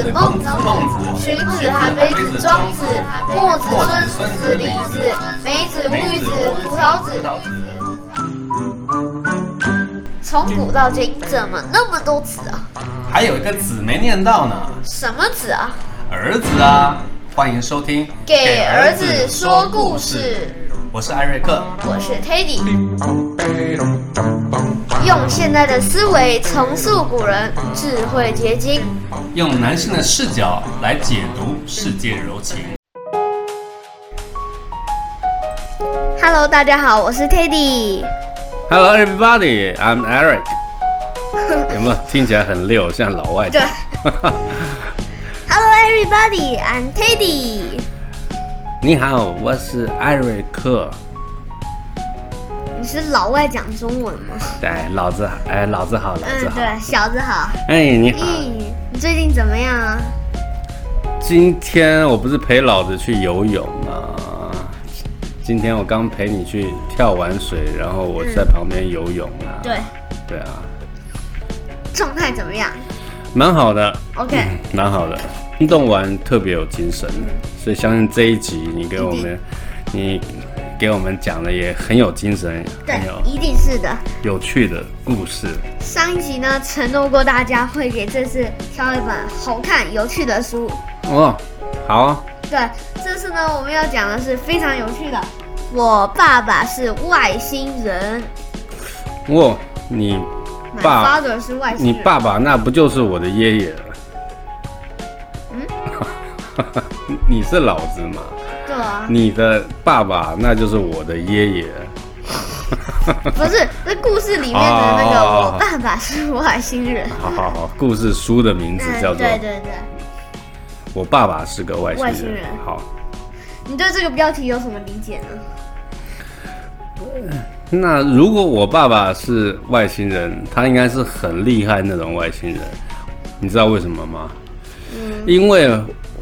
子、孟子、荀子、韩非子、庄子、墨子、孙子、李子、梅子、绿子、葡萄子。从古到今，怎么那么多子啊？ 还有一个子没念到呢。 什么子啊？ 儿子啊！欢迎收听《 给儿子说故事》。 我是艾瑞克， 我是 Teddy。用现代的思维重塑古人智慧结晶， 用男性的视角来解读世界柔情。 Hello， 大家好，我是 Teddy。Hello everybody, I'm Eric 。有没有听起来很溜，像老外讲？ 对。Hello everybody, I'm Teddy。 你好，我是艾瑞克。 你是老外讲中文吗？ 对，老子好，老子好。 对，小子好。 你好。 你最近怎么样啊？ 今天我不是陪老子去游泳吗？今天我刚陪你去跳完水，然后我在旁边游泳啊。对啊。 状态怎么样？ 蛮好的。 OK。 蛮好的。运动完特别有精神，所以相信这一集你给我们讲的也很有精神， 对，一定是的， 有趣的故事。 上一集呢，承诺过大家会给这次挑一本好看有趣的书。 哦，好啊。 对，这次呢，我们要讲的是非常有趣的。我爸爸是外星人。 哇，你爸 My father 是外星人。 你爸爸那不就是我的爷爷了？你是老子嘛？ 对啊。 你的爸爸那就是我的爷爷。 不是，这故事里面的那个我爸爸是外星人。 好，故事书的名字叫做对。 我爸爸是个外星人。好。 你对这个标题有什么理解呢？那如果我爸爸是外星人，他应该是很厉害那种外星人。你知道为什么吗？因为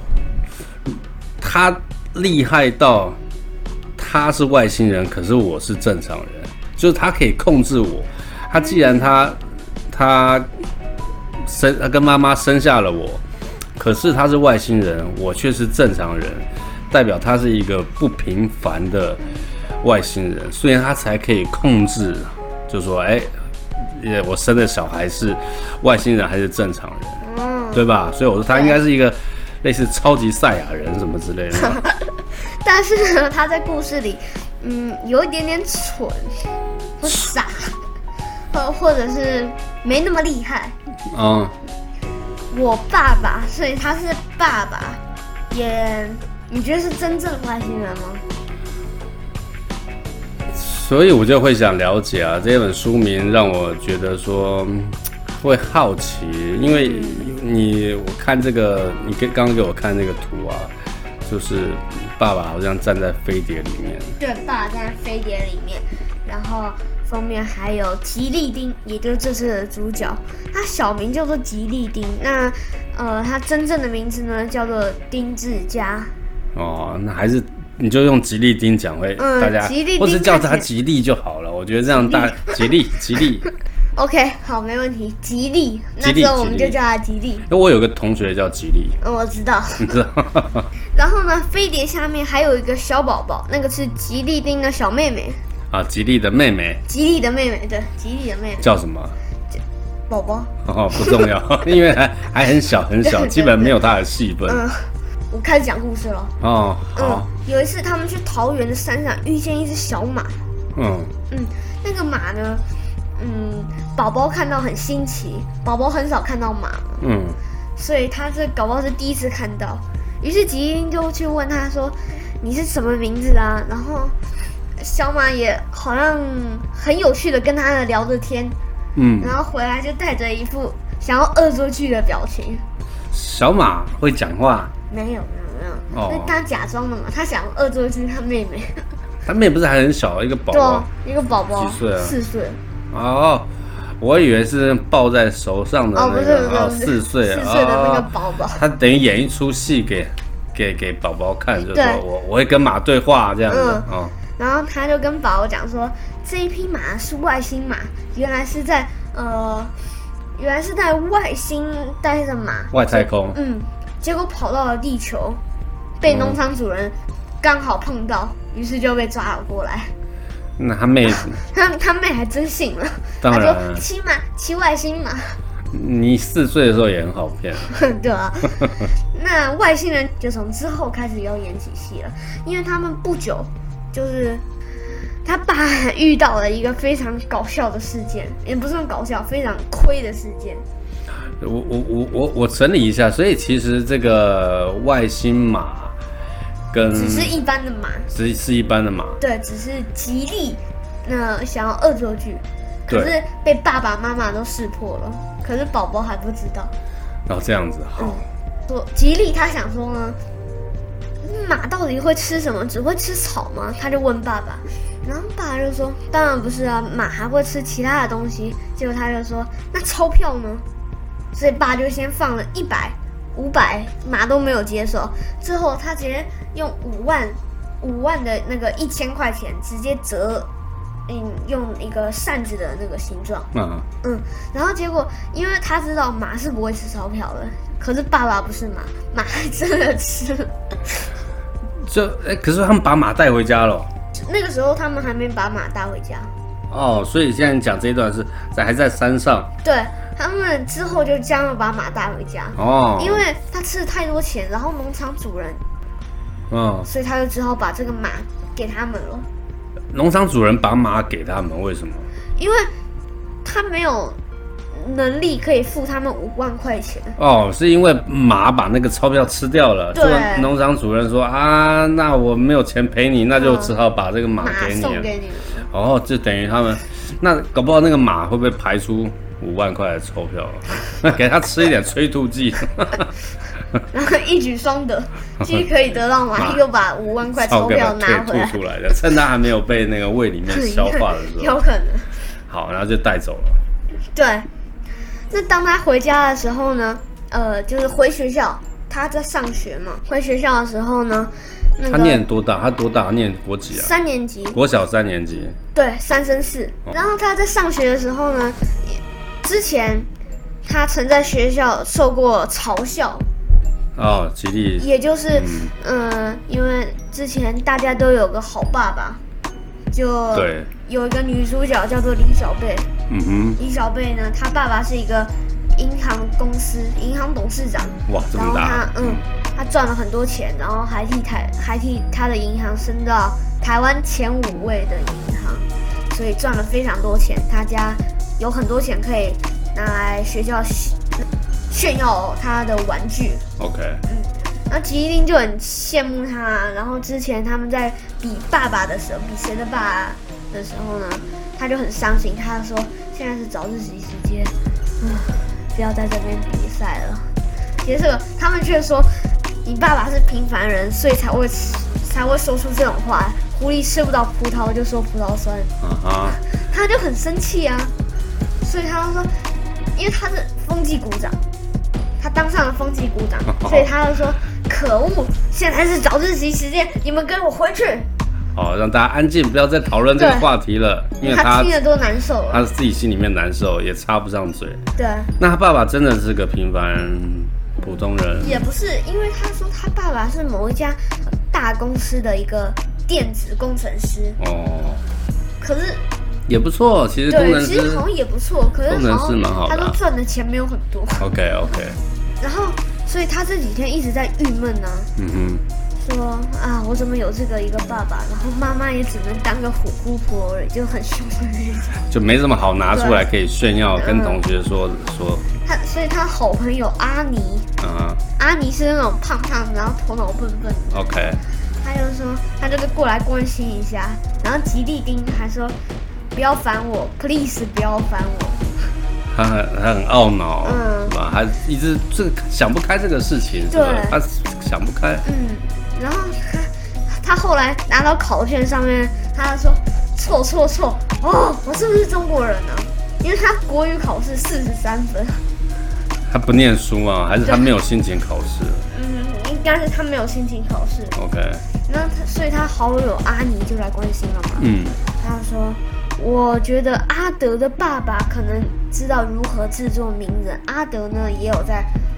他厉害到他是外星人，可是我是正常人，就是他可以控制我。他既然他跟妈妈生下了我，可是他是外星人，我却是正常人，代表他是一个不平凡的外星人，所以他才可以控制，就说我生的小孩是外星人还是正常人，对吧？所以我说他应该是一个类似超级赛亚人什么之类的。 但是呢，他在故事里，有一点点蠢或傻，或者是没那么厉害。我爸爸，所以他是爸爸，你觉得是真正的外星人吗？ 所以我就会想了解啊，这本书名让我觉得说会好奇，因为我看这个，你刚刚给我看那个图啊，就是爸爸好像站在飞碟里面。对， 爸爸站在飞碟里面，然后封面还有吉利丁，也就是这次的主角，他小名叫做吉利丁，那他真正的名字呢叫做丁志佳。 那还是你就用吉利丁讲会大家，或是叫他吉利就好了。我觉得这样吉利。 OK， 好，没问题。吉利，那时候我们就叫他吉利。 因为我有个同学叫吉利。 我知道。你知道。然后呢，飞碟下面还有一个小宝宝，那个是吉利丁的小妹妹。 吉利的妹妹。 吉利的妹妹，对，吉利的妹妹。 叫什么？ 宝宝。 不重要，因为还很小，基本没有他的戏份。 我开始讲故事了。 好。 有一次他们去桃园的山上遇见一只小马。那个马呢，宝宝看到很新奇，宝宝很少看到马嘛。所以他这搞不好是第一次看到。于是吉英就去问他说：“你是什么名字啊？”然后小马也好像很有趣的跟他聊着天。然后回来就带着一副想要恶作剧的表情。 小马会讲话？ 没有，那他假装的嘛，他想恶作剧他妹妹。 他妹不是还很小，一个宝宝。 对，一个宝宝。 几岁啊 ？4岁。 我以为是抱在手上的那个。 不是 4岁。 4岁的那个宝宝。 他等于演一出戏给宝宝看，就说我会跟马对话这样子。 然后他就跟宝宝讲说，这一匹马是外星马，原来是在外星待着马， 外太空。 结果跑到了地球，被农场主人刚好碰到，于是就被抓了过来。 那他妹， 他妹还真信了， 当然， 他说骑外星马。 你4岁的时候也很好骗。 对啊，那外星人就从之后开始要演起戏了，因为他们不久就是他爸遇到了一个非常搞笑的事件，也不算搞笑，非常亏的事件。 我整理一下，所以其实这个外星马跟只是一般的马， 是一般的马， 对，只是吉利想要恶作剧，可是被爸爸妈妈都识破了，可是宝宝还不知道。 然后这样子，好。 吉利他想说呢，马到底会吃什么？只会吃草吗？他就问爸爸，然后爸爸就说，当然不是啊，马还会吃其他的东西。结果他就说，那钞票呢？所以爸就先放了100、500，马都没有接受。之后他直接用5万的那个1000块钱直接折，用一个扇子的那个形状。然后结果因为他知道马是不会吃钞票的，可是爸爸不是马，马还真的吃了。 可是他们把马带回家了。 那个时候他们还没把马带回家。 哦，所以现在你讲这一段是还在山上。 对，他们之后就将要把马带回家。哦，因为他吃了太多钱，然后农场主人，所以他就只好把这个马给他们了。 农场主人把马给他们，为什么？ 因为他没有能力可以付他们5万块钱。 哦，是因为马把那个钞票吃掉了。对。农场主人说啊，那我没有钱赔你，那就只好把这个马给你了。 送给你。 哦，就等于他们，那搞不好那个马会不会排出5万块的钞票？那给他吃一点催吐剂。 然后一举双得，既可以得到马，又把5万块钞票拿回来， 吐出来的，趁他还没有被那个胃里面消化的时候， 有可能。 好，然后就带走了。 对，那当他回家的时候呢，就是回学校，他在上学嘛。回学校的时候呢， 他念多大？他多大？他念国几啊 ？3年级， 国小3年级。 对，3升4。然后他在上学的时候呢，之前他曾在学校受过嘲笑。 哦，吉利， 也就是，因为之前大家都有个好爸爸，就对， 有一个女主角叫做李小贝。李小贝呢，她爸爸是一个银行董事长。 哇，这么大！ 然后他赚了很多钱，然后还替他的银行升到台湾前5位的银行，所以赚了非常多钱。他家有很多钱可以拿来学校炫耀他的玩具。 OK。 那吉林就很羡慕他。然后之前他们在比爸爸的时候，比谁的爸爸的时候呢，他就很伤心。他说：“现在是早自习时间，不要在这边比赛了。”结果他们却说：“你爸爸是平凡人，所以才会说出这种话。狐狸吃不到葡萄就说葡萄酸。”他就很生气啊，所以他就说，因为他是风纪股长。他当上了风纪股长，所以他就说：“可恶，现在是早自习时间，你们跟我回去。” 好，让大家安静，不要再讨论这个话题了，因为他听得多难受了， 他自己心里面难受，也插不上嘴。 对， 那他爸爸真的是个平凡普通人？ 也不是，因为他说他爸爸是某一家大公司的一个电子工程师。哦，可是。 也不错，其实工程师其实好像也不错，可是工程师蛮好的， 他都赚的钱没有很多。 OK。 然后，所以他这几天一直在郁闷呢。说啊，我怎么有这个一个爸爸，然后妈妈也只能当个虎姑婆而已，就很凶的那种， 就没什么好拿出来可以炫耀，跟同学说。 所以他好朋友阿尼，阿尼是那种胖胖，然后头脑笨笨的。 OK。 他就说，他就是过来关心一下，然后吉利丁还说。不要烦我 ，please 不要烦我。 他很懊恼，他一直想不开这个事情，对，他想不开。 然后他后来拿到考卷上面，他说错，我是不是中国人呢？因为他国语考试43分。 他不念书啊，还是他没有心情考试？ 应该是他没有心情考试。 OK。 所以他好友阿尼就来关心了嘛。他说。我觉得阿德的爸爸可能知道如何制作名人。阿德呢，也有在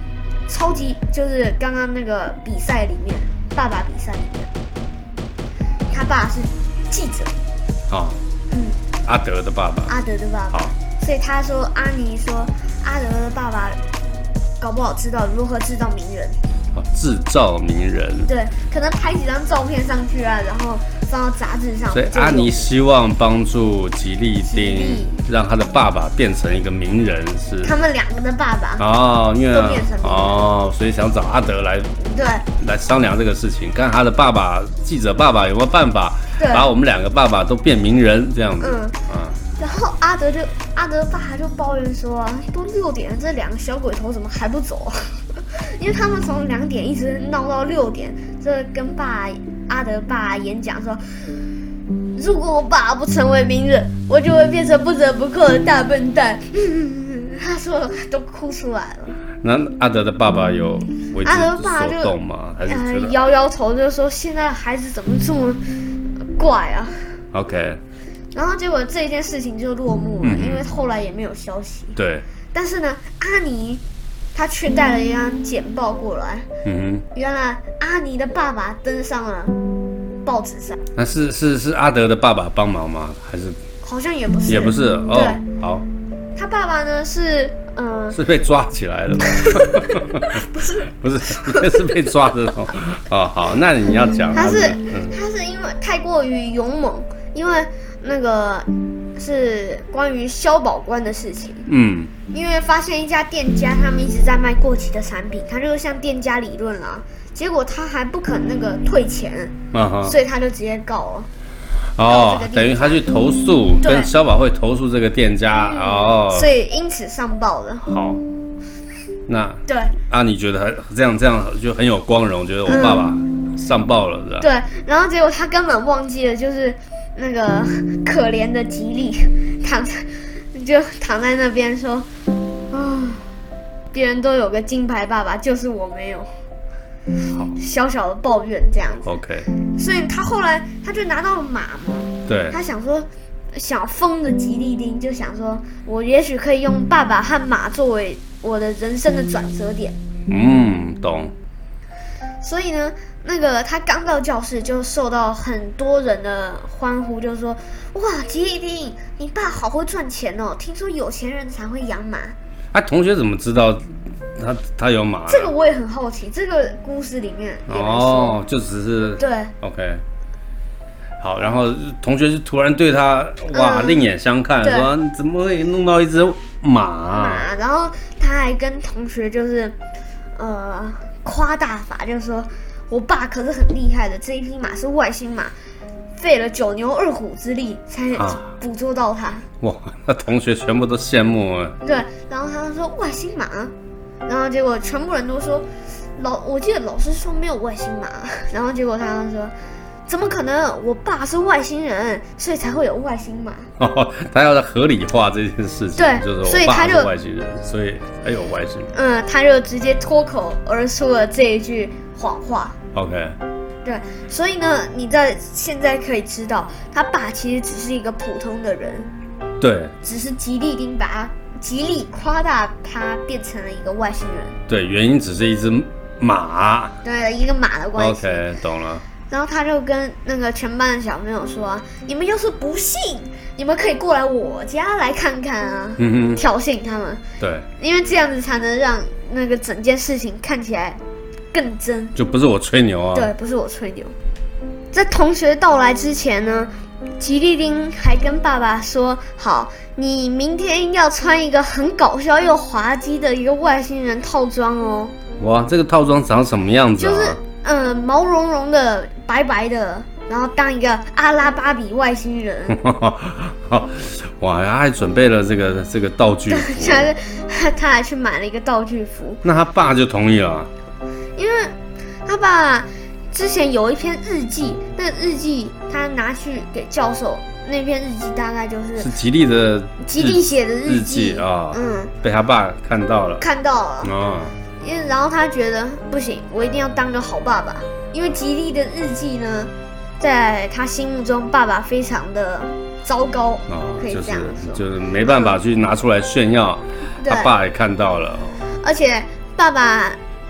超级就是刚刚那个比赛里面，爸爸比赛里面，他爸是记者。 阿德的爸爸。 阿德的爸爸。所以他说，阿尼说，阿德的爸爸搞不好知道如何制造名人。 制造名人。 对，可能拍几张照片上去啊，然后放到杂志上。 所以阿尼希望帮助吉利丁，让他的爸爸变成一个名人，是他们两个的爸爸因为都变成名人所以想找阿德来商量这个事情，看他的爸爸记者爸爸有没有办法把我们两个爸爸都变名人这样子。 然后阿德爸就抱怨说都6点了，这两个小鬼头怎么还不走？因为他们从2点一直闹到6点，这跟阿德爸演讲说，如果我爸不成为名人，我就会变成不折不扣的大笨蛋。他说都哭出来了。 那阿德的爸爸有为之所动吗？还是摇头，就说现在孩子怎么这么怪啊 ？OK。 然后结果这件事情就落幕了，因为后来也没有消息。 对。 但是呢，阿尼他却带了一张简报过来。原来阿尼的爸爸登上了报纸上。 那是阿德的爸爸帮忙吗？还是？ 好像也不是。 也不是。 对。 好。 他爸爸呢是被抓起来了吗？不是，是被抓的好，那你要讲。 他是因为太过于勇猛，因为那个是关于消保官的事情。因为发现一家店家他们一直在卖过期的产品，他就向店家理论啦，结果他还不肯那个退钱，所以他就直接告了。 等于他去投诉，跟消保会投诉这个店家所以因此上报了。 好，那对你觉得这样就很有光荣，觉得我爸爸上报了，是吧？ 对，然后结果他根本忘记了，就是那个可怜的吉利躺在那边说别人都有个金牌爸爸，就是我没有。小小的抱怨这样子。 OK。 所以他后来他就拿到了马嘛。 对。 他想说，想疯的吉利丁就想说，我也许可以用爸爸和马作为我的人生的转折点。 懂。 所以呢，那个他刚到教室就受到很多人的欢呼，就说：“哇，吉利丁，你爸好会赚钱哦！听说有钱人才会养马。” 同学怎么知道他有马？ 这个我也很好奇，这个故事里面也没说。 就只是对 OK。好，然后同学就突然对他另眼相看，说你怎么会弄到一只马？ 然后他还跟同学就是夸大法，就说我爸可是很厉害的，这一匹马是外星马，费了9牛2虎之力才捕捉到它。 哇，那同学全部都羡慕了。 对，然后他就说外星马，然后结果全部人都说我记得老师说没有外星马，然后结果他就说怎么可能？我爸是外星人，所以才会有外星马。 他要合理化这件事情， 对， 就是我爸是外星人，所以才有外星人。 他就直接脱口而出了这一句谎话。 OK。 对，所以呢，你现在可以知道，他爸其实只是一个普通的人。 对。 只是吉利丁把极力夸大他变成了一个外星人。 对，原因只是一只马。 对，一个马的关系。 OK， 懂了。 然后他就跟那个全班的小朋友说：“你们要是不信，你们可以过来我家来看看啊！”挑衅他们。 对， 因为这样子才能让那个整件事情看起来更真。 就不是我吹牛啊。 对，不是我吹牛。在同学到来之前呢，吉利丁还跟爸爸说：“好，你明天要穿一个很搞笑又滑稽的一个外星人套装哦。” 哇，这个套装长什么样子啊？ 就是毛茸茸的、白白的，然后当一个阿拉巴比外星人。 哇，他还准备了这个道具服。 他还去买了一个道具服。 那他爸就同意了。 因为他爸之前有一篇日记，那个日记他拿去给教授，那篇日记大概就是吉利写的日记啊。被他爸看到了。 然后他觉得不行，我一定要当个好爸爸。因为吉利的日记呢，在他心目中，爸爸非常的糟糕，可以这样说， 就是没办法去拿出来炫耀。他爸也看到了， 而且爸爸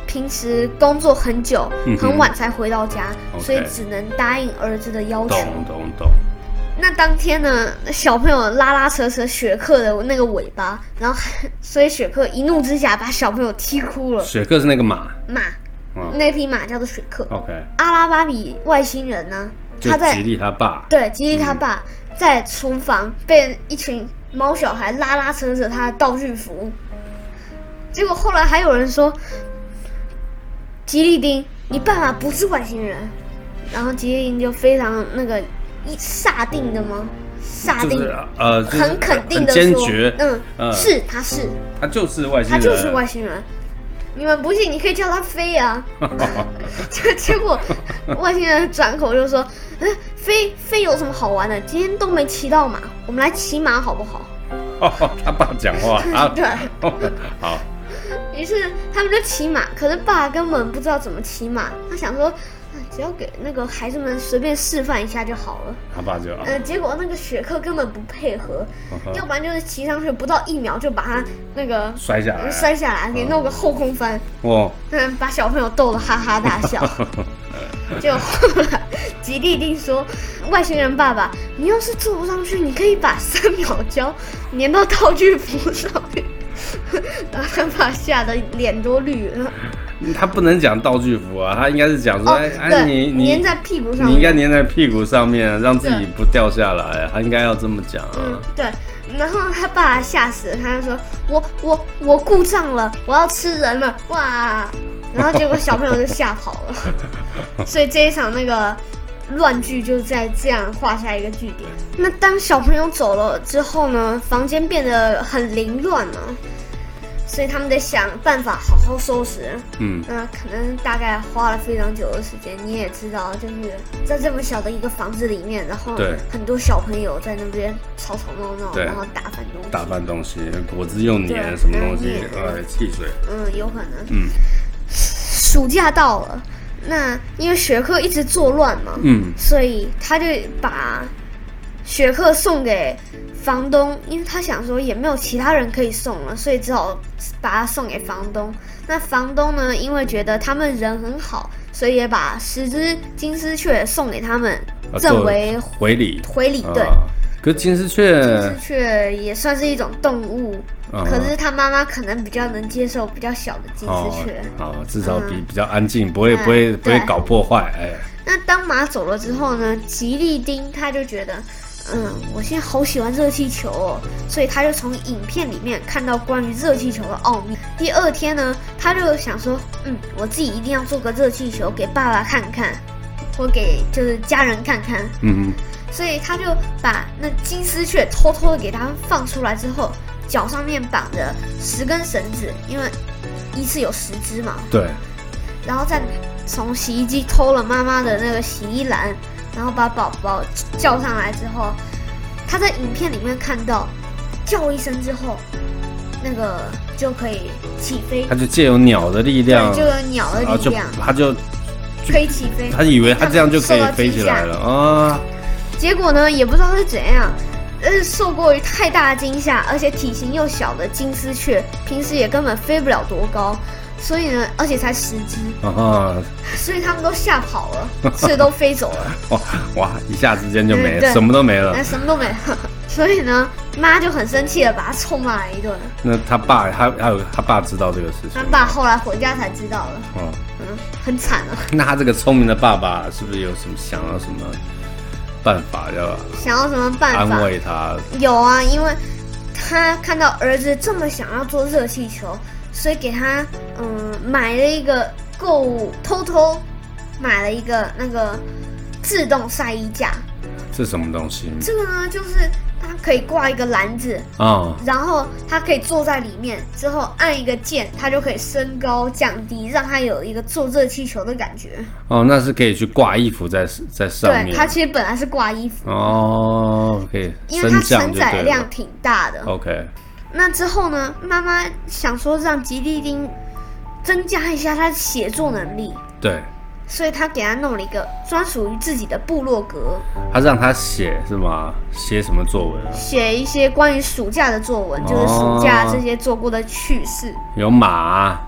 平时工作很久，很晚才回到家，所以只能答应儿子的要求。 懂。 那当天呢，小朋友拉扯雪克的那个尾巴，然后所以雪克一怒之下把小朋友踢哭了。 雪克是那个马， 那匹马叫做雪克。 OK。 阿拉巴比外星人呢，他在吉利他爸， 对，吉利他爸在厨房被一群猫小孩拉扯他的道具服，结果后来还有人说，吉利丁，你爸爸不是外星人，然后吉利丁就非常那个。煞定的吗？煞定，很肯定的说， 坚决， 是， 他就是外星人， 他就是外星人。你们不信，你可以叫他飞啊。结果外星人转口就说：“飞有什么好玩的？今天都没骑到马，我们来骑马好不好？” 他爸讲话啊， 对， 好。 于是他们就骑马，可是爸根本不知道怎么骑马，他想说。只要给那个孩子们随便示范一下就好了。 他爸就结果那个雪克根本不配合，要不然就是骑上去不到1秒就把他那个摔下来，给弄个后空翻。把小朋友逗得哈哈大笑。就后来吉利丁说：“外星人爸爸，你要是坐不上去，你可以把3秒胶粘到道具服上面。”然后他爸吓得脸都绿了。 他不能讲道具服啊，他应该是讲说，你粘在屁股上面， 你应该粘在屁股上面，让自己不掉下来。他应该要这么讲啊。 对。然后他爸吓死了，他就说：“我故障了，我要吃人了，哇！”然后结果小朋友就吓跑了。所以这一场那个乱剧就在这样画下一个句点。那当小朋友走了之后呢，房间变得很凌乱了。所以他们得想办法好好收拾。那可能大概花了非常久的时间。你也知道，就是在这么小的一个房子里面，然后很多小朋友在那边吵闹，然后打翻东西， 果汁用粘什么东西，汽水。 有可能。暑假到了，那因为雪克一直作乱嘛，所以他就把雪克送给房东，因为他想说也没有其他人可以送了，所以只好把他送给房东。那房东呢，因为觉得他们人很好，所以也把10只金丝雀送给他们，赠为回礼。 对。 可是金丝雀也算是一种动物，可是他妈妈可能比较能接受比较小的金丝雀。 至少比较安静，不会搞破坏。 那当马走了之后呢，吉利丁他就觉得。我现在好喜欢热气球哦，所以他就从影片里面看到关于热气球的奥秘。第2天呢，他就想说，我自己一定要做个热气球给爸爸看看，或给就是家人看看。所以他就把那金丝雀偷偷的给他放出来之后，脚上面绑着10根绳子，因为一次有10只嘛。 对。然后再从洗衣机偷了妈妈的那个洗衣篮。然后把宝宝叫上来之后，他在影片里面看到，叫一声之后，那个就可以起飞。 他就借由鸟的力量， 就有鸟的力量， 他就可以起飞。 他以为他这样就可以飞起来了啊！ 结果呢，也不知道是怎样，受过于太大的惊吓，而且体型又小的金丝雀，平时也根本飞不了多高。所以呢，而且才10只所以他们都吓跑了，所以都飞走了。 哇！一下之间就没了，什么都没了， 什么都没了。所以呢，妈就很生气的把他臭骂了一顿。 那他爸，他爸知道这个事情。 他爸后来回家才知道了。很惨啊。 那他这个聪明的爸爸是不是有什么想要什么办法安慰他？ 有啊，因为他看到儿子这么想要做热气球。所以给他买了一个偷偷买了一个那个自动晒衣架。 是什么东西？ 这个呢，就是它可以挂一个篮子然后它可以坐在里面，之后按一个键，它就可以升高降低，让它有一个做热气球的感觉。 那是可以去挂衣服在上面。 对，它其实本来是挂衣服。 可以， 因为它承载量挺大的。 OK。 那之后呢？妈妈想说让吉利丁增加一下他的写作能力。 对。 所以他给他弄了一个专属于自己的部落格。 他让他写是吗？写什么作文啊？ 写一些关于暑假的作文，就是暑假这些做过的趣事。 有马。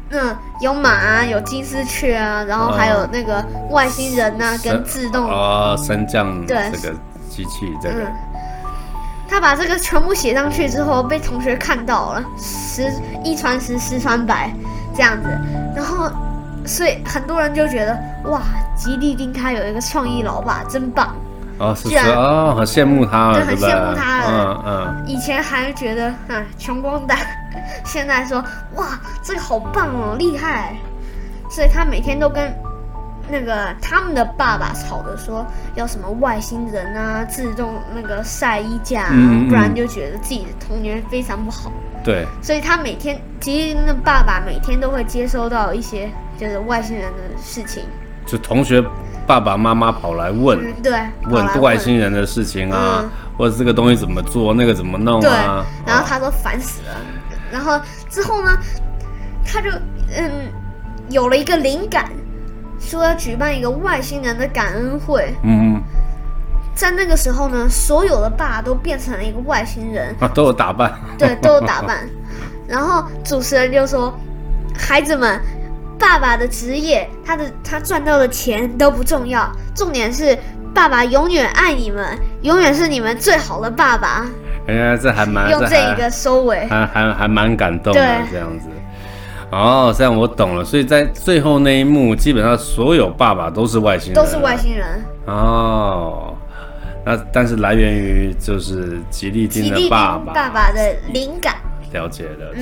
有马啊，有金丝雀啊，然后还有那个外星人啊，跟自动升降这个机器这个。 他把这个全部写上去之后，被同学看到了，1传10，10传100这样子，然后所以很多人就觉得哇，吉利丁他有一个创意老爸，真棒。 是很羡慕他了， 对，很羡慕他了。以前还觉得穷光蛋，现在说哇，这个好棒哦，厉害。所以他每天都跟那个他们的爸爸吵着说要什么外星人啊，自动那个晒衣架啊，不然就觉得自己的童年非常不好。 对， 所以他每天其实那爸爸每天都会接收到一些就是外星人的事情， 就同学爸爸妈妈跑来问，问外星人的事情啊，或者这个东西怎么做，那个怎么弄啊， 然后他都烦死了。然后之后呢，他就有了一个灵感。说要举办一个外星人的感恩会。在那个时候呢，所有的爸都变成了一个外星人都有打扮。 对，都有打扮。然后主持人就说：“孩子们，爸爸的职业，他赚到的钱都不重要，重点是爸爸永远爱你们，永远是你们最好的爸爸。” 这还蛮用这一个收尾， 还蛮感动的这样子。这样我懂了。所以在最后那一幕，基本上所有爸爸都是外星人， 都是外星人。 那但是来源于就是吉利丁的爸爸的灵感。 了解。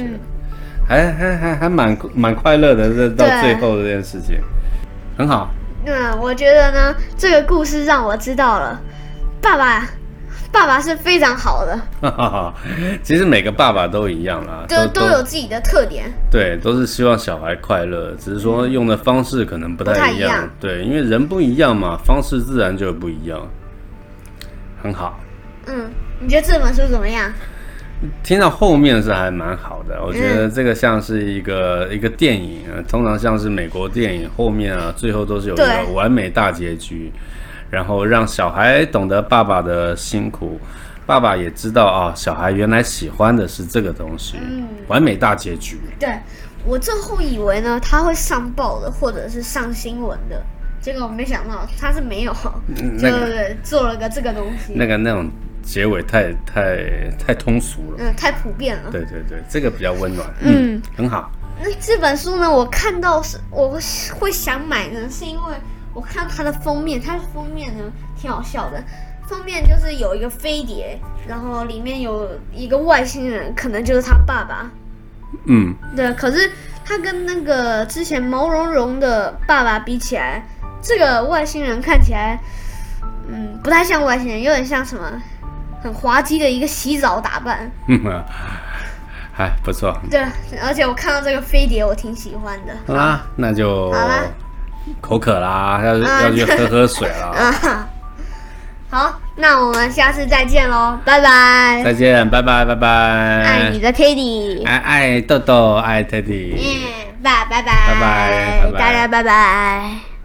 还蛮快乐的，到最后这件事情很好。 我觉得呢，这个故事让我知道了，爸爸是非常好的。 其实每个爸爸都一样啦， 都有自己的特点。 对，都是希望小孩快乐，只是说用的方式可能不太一样。对，因为人不一样嘛，方式自然就不一样。很好。 你觉得这本书怎么样？ 听到后面是还蛮好的，我觉得这个像是一个电影通常像是美国电影后面最后都是有一个完美大结局。然后让小孩懂得爸爸的辛苦，爸爸也知道小孩原来喜欢的是这个东西。完美大结局。对， 我最后以为呢他会上报的，或者是上新闻的，结果我没想到他是没有，就做了个这个东西。 那种结尾太通俗了， 太普遍了。 对，这个比较温暖。很好。 那这本书呢，我看到我会想买呢，是因为我看它的封面，呢挺好笑的。封面就是有一个飞碟，然后里面有一个外星人，可能就是他爸爸。对。可是他跟那个之前毛茸茸的爸爸比起来，这个外星人看起来，不太像外星人，有点像什么很滑稽的一个洗澡打扮。 还不错。 对，而且我看到这个飞碟，我挺喜欢的。 好啦，那就好啦。口渴啦，要去喝水了。 好，那我们下次再见喽，拜拜。 再见，拜拜。 爱你的 Teddy， 爱豆豆，爱 Teddy。 拜拜，大家拜拜。